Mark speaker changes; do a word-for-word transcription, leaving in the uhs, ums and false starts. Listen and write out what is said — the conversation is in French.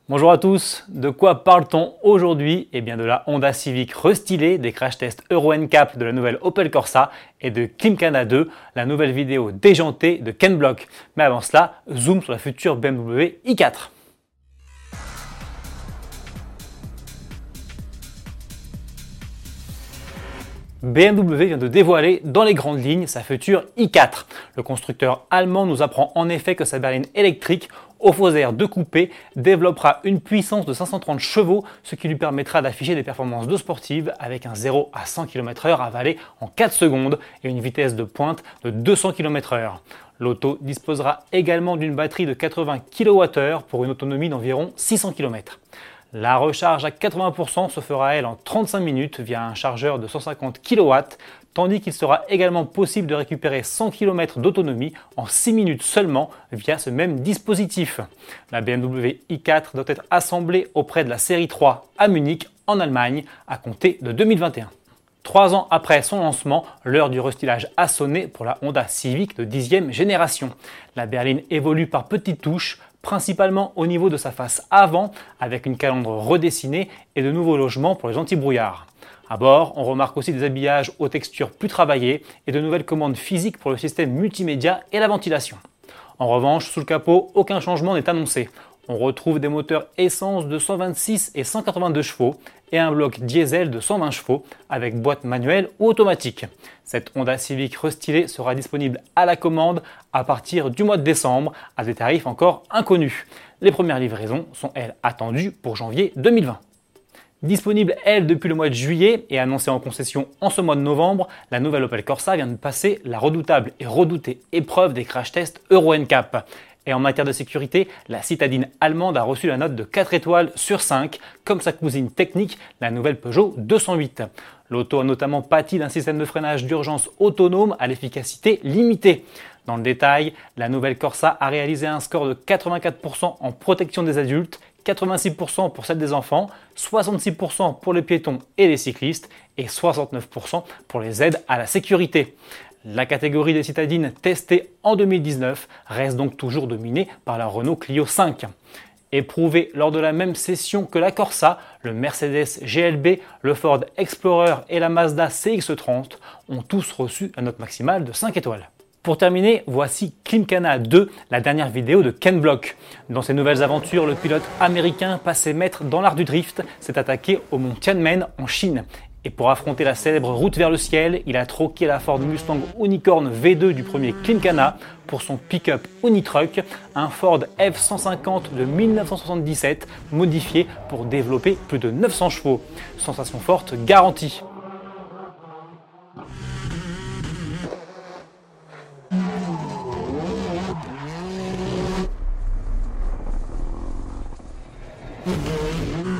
Speaker 1: Bonjour à tous, de quoi parle-t-on aujourd'hui? Eh bien de la Honda Civic restylée, des crash tests Euro N C A P de la nouvelle Opel Corsa et de Gymkhana deux, la nouvelle vidéo déjantée de Ken Block. Mais avant cela, zoom sur la future B M W i quatre. B M W vient de dévoiler dans les grandes lignes sa future i quatre. Le constructeur allemand nous apprend en effet que sa berline électrique au faux air de coupé développera une puissance de cinq cent trente chevaux, ce qui lui permettra d'afficher des performances de sportive avec un zéro à cent kilomètres heure avalé en quatre secondes et une vitesse de pointe de deux cents kilomètres heure. L'auto disposera également d'une batterie de quatre-vingts kilowattheures pour une autonomie d'environ six cents kilomètres. La recharge à quatre-vingts pour cent se fera elle en trente-cinq minutes via un chargeur de cent cinquante kilowatts, tandis qu'il sera également possible de récupérer cent kilomètres d'autonomie en six minutes seulement via ce même dispositif. La B M W i quatre doit être assemblée auprès de la série trois à Munich en Allemagne à compter de deux mille vingt et un. Trois ans après son lancement, l'heure du restylage a sonné pour la Honda Civic de dixième génération. La berline évolue par petites touches, principalement au niveau de sa face avant, avec une calandre redessinée et de nouveaux logements pour les anti-brouillards. À bord, on remarque aussi des habillages aux textures plus travaillées et de nouvelles commandes physiques pour le système multimédia et la ventilation. En revanche, sous le capot, aucun changement n'est annoncé. On retrouve des moteurs essence de cent vingt-six et cent quatre-vingt-deux chevaux et un bloc diesel de cent vingt chevaux avec boîte manuelle ou automatique. Cette Honda Civic restylée sera disponible à la commande à partir du mois de décembre à des tarifs encore inconnus. Les premières livraisons sont elles attendues pour janvier deux mille vingt. Disponible elle depuis le mois de juillet et annoncée en concession en ce mois de novembre, la nouvelle Opel Corsa vient de passer la redoutable et redoutée épreuve des crash tests Euro N C A P. Et en matière de sécurité, la citadine allemande a reçu la note de quatre étoiles sur cinq, comme sa cousine technique, la nouvelle Peugeot deux cent huit. L'auto a notamment pâti d'un système de freinage d'urgence autonome à l'efficacité limitée. Dans le détail, la nouvelle Corsa a réalisé un score de quatre-vingt-quatre pour cent en protection des adultes, quatre-vingt-six pour cent pour celle des enfants, soixante-six pour cent pour les piétons et les cyclistes et soixante-neuf pour cent pour les aides à la sécurité. La catégorie des citadines testée en deux mille dix-neuf reste donc toujours dominée par la Renault Clio cinq. Éprouvés lors de la même session que la Corsa, le Mercedes G L B, le Ford Explorer et la Mazda C X trente ont tous reçu la note maximale de cinq étoiles. Pour terminer, voici Gymkhana deux, la dernière vidéo de Ken Block. Dans ses nouvelles aventures, le pilote américain passé maître dans l'art du drift s'est attaqué au mont Tianmen en Chine. Et pour affronter la célèbre route vers le ciel, il a troqué la Ford Mustang Unicorn V deux du premier Gymkhana pour son pick-up Unitruck, un Ford F cent cinquante de mille neuf cent soixante-dix-sept modifié pour développer plus de neuf cents chevaux. Sensation forte garantie.
Speaker 2: Mm-hmm.